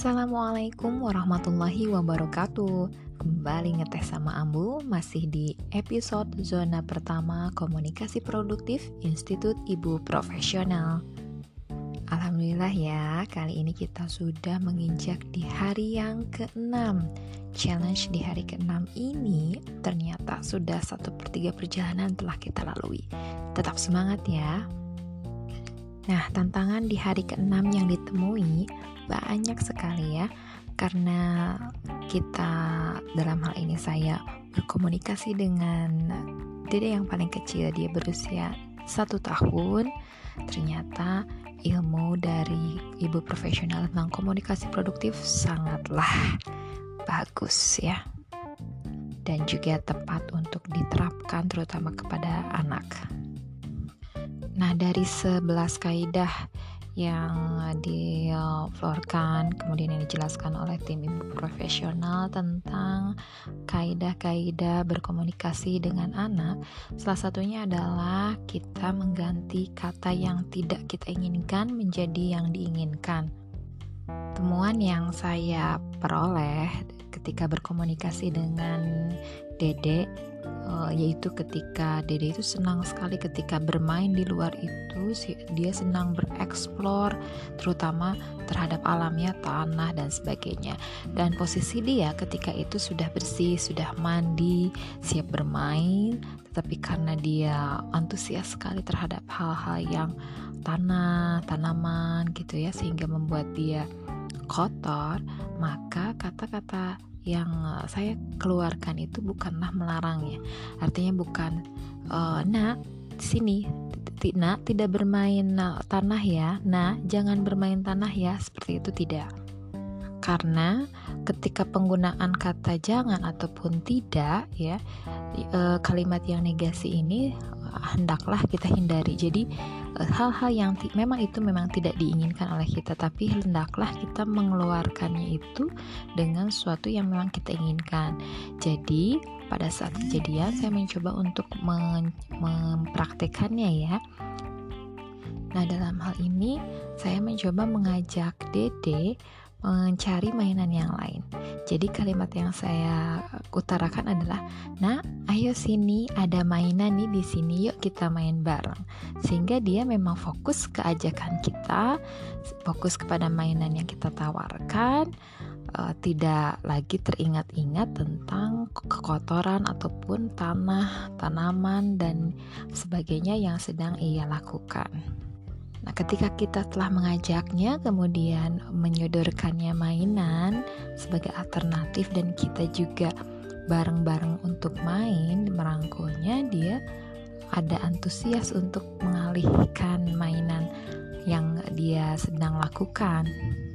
Assalamualaikum warahmatullahi wabarakatuh. Kembali ngeteh sama Ambu, masih di episode zona pertama komunikasi produktif Institut Ibu Profesional. Alhamdulillah ya, kali ini kita sudah menginjak di hari yang ke-6. Challenge di hari ke-6 ini ternyata sudah 1/3 perjalanan telah kita lalui. Tetap semangat ya. Nah, tantangan di hari ke-6 yang ditemui banyak sekali ya, karena kita dalam hal ini saya berkomunikasi dengan dede yang paling kecil, dia berusia 1 tahun. Ternyata ilmu dari ibu profesional tentang komunikasi produktif sangatlah bagus ya, dan juga tepat untuk diterapkan terutama kepada anak. Nah, dari 11 kaidah yang diflorkan, kemudian yang dijelaskan oleh tim ibu profesional tentang kaidah-kaidah berkomunikasi dengan anak, salah satunya adalah kita mengganti kata yang tidak kita inginkan menjadi yang diinginkan. Temuan yang saya peroleh ketika berkomunikasi dengan dede, yaitu ketika dede itu senang sekali ketika bermain di luar itu, dia senang bereksplor terutama terhadap alamnya, tanah dan sebagainya. Dan posisi dia ketika itu sudah bersih, sudah mandi, siap bermain, tetapi karena dia antusias sekali terhadap hal-hal yang tanah, tanaman gitu ya, sehingga membuat dia kotor, maka kata-kata yang saya keluarkan itu bukanlah melarangnya. Artinya bukan nak sini, nak tidak bermain tanah ya, nah jangan bermain tanah ya, seperti itu tidak. Karena ketika penggunaan kata jangan ataupun tidak ya, kalimat yang negasi ini hendaklah kita hindari. Jadi hal-hal yang memang tidak diinginkan oleh kita, tapi hendaklah kita mengeluarkannya itu dengan sesuatu yang memang kita inginkan. Jadi pada saat kejadian saya mencoba untuk mempraktekannya ya. Nah, dalam hal ini saya mencoba mengajak dede mencari mainan yang lain. Jadi kalimat yang saya utarakan adalah, "Nah, ayo sini, ada mainan nih di sini, yuk kita main bareng." Sehingga dia memang fokus ke ajakan kita, fokus kepada mainan yang kita tawarkan, tidak lagi teringat-ingat tentang kekotoran ataupun tanah, tanaman dan sebagainya yang sedang ia lakukan. Nah, ketika kita telah mengajaknya, kemudian menyodorkannya mainan sebagai alternatif dan kita juga bareng-bareng untuk main, merangkulnya, dia ada antusias untuk mengalihkan mainan yang dia sedang lakukan.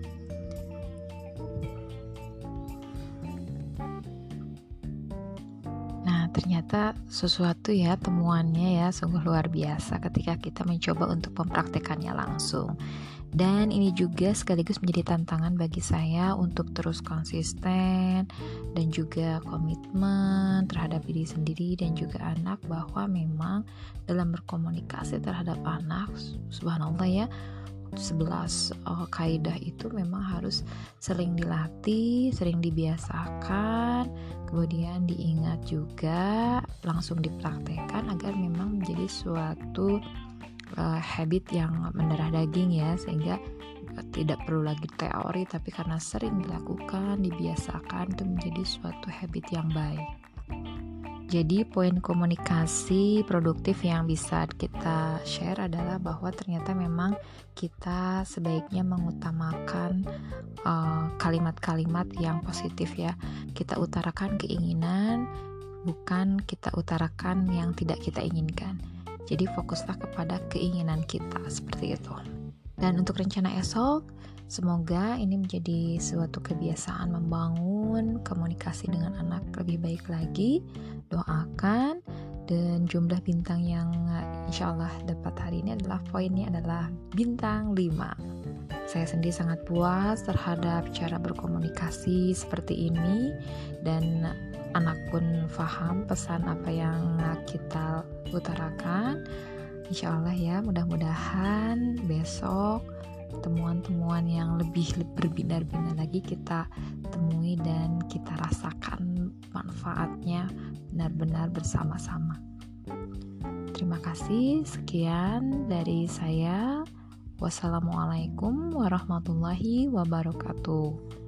Ternyata sesuatu ya, temuannya ya sungguh luar biasa ketika kita mencoba untuk mempraktekannya langsung. Dan ini juga sekaligus menjadi tantangan bagi saya untuk terus konsisten dan juga komitmen terhadap diri sendiri dan juga anak, bahwa memang dalam berkomunikasi terhadap anak, subhanallah ya, 11 kaidah itu memang harus sering dilatih, sering dibiasakan, kemudian diingat juga, langsung dipraktekkan agar memang menjadi suatu habit yang mendarah daging ya, sehingga tidak perlu lagi teori, tapi karena sering dilakukan, dibiasakan, itu menjadi suatu habit yang baik. Jadi poin komunikasi produktif yang bisa kita share adalah bahwa ternyata memang kita sebaiknya mengutamakan kalimat-kalimat yang positif ya. Kita utarakan keinginan, bukan kita utarakan yang tidak kita inginkan. Jadi fokuslah kepada keinginan kita, seperti itu. Dan untuk rencana esok, semoga ini menjadi suatu kebiasaan membangun komunikasi dengan anak lebih baik lagi. Doakan, dan jumlah bintang yang insya Allah dapat hari ini adalah, poinnya adalah bintang 5. Saya sendiri sangat puas terhadap cara berkomunikasi seperti ini, dan anak pun paham pesan apa yang kita utarakan. Insya Allah ya, mudah-mudahan besok temuan-temuan yang lebih berbinar-binar lagi kita temui dan kita rasakan manfaatnya benar-benar bersama-sama. Terima kasih, sekian dari saya. Wassalamualaikum warahmatullahi wabarakatuh.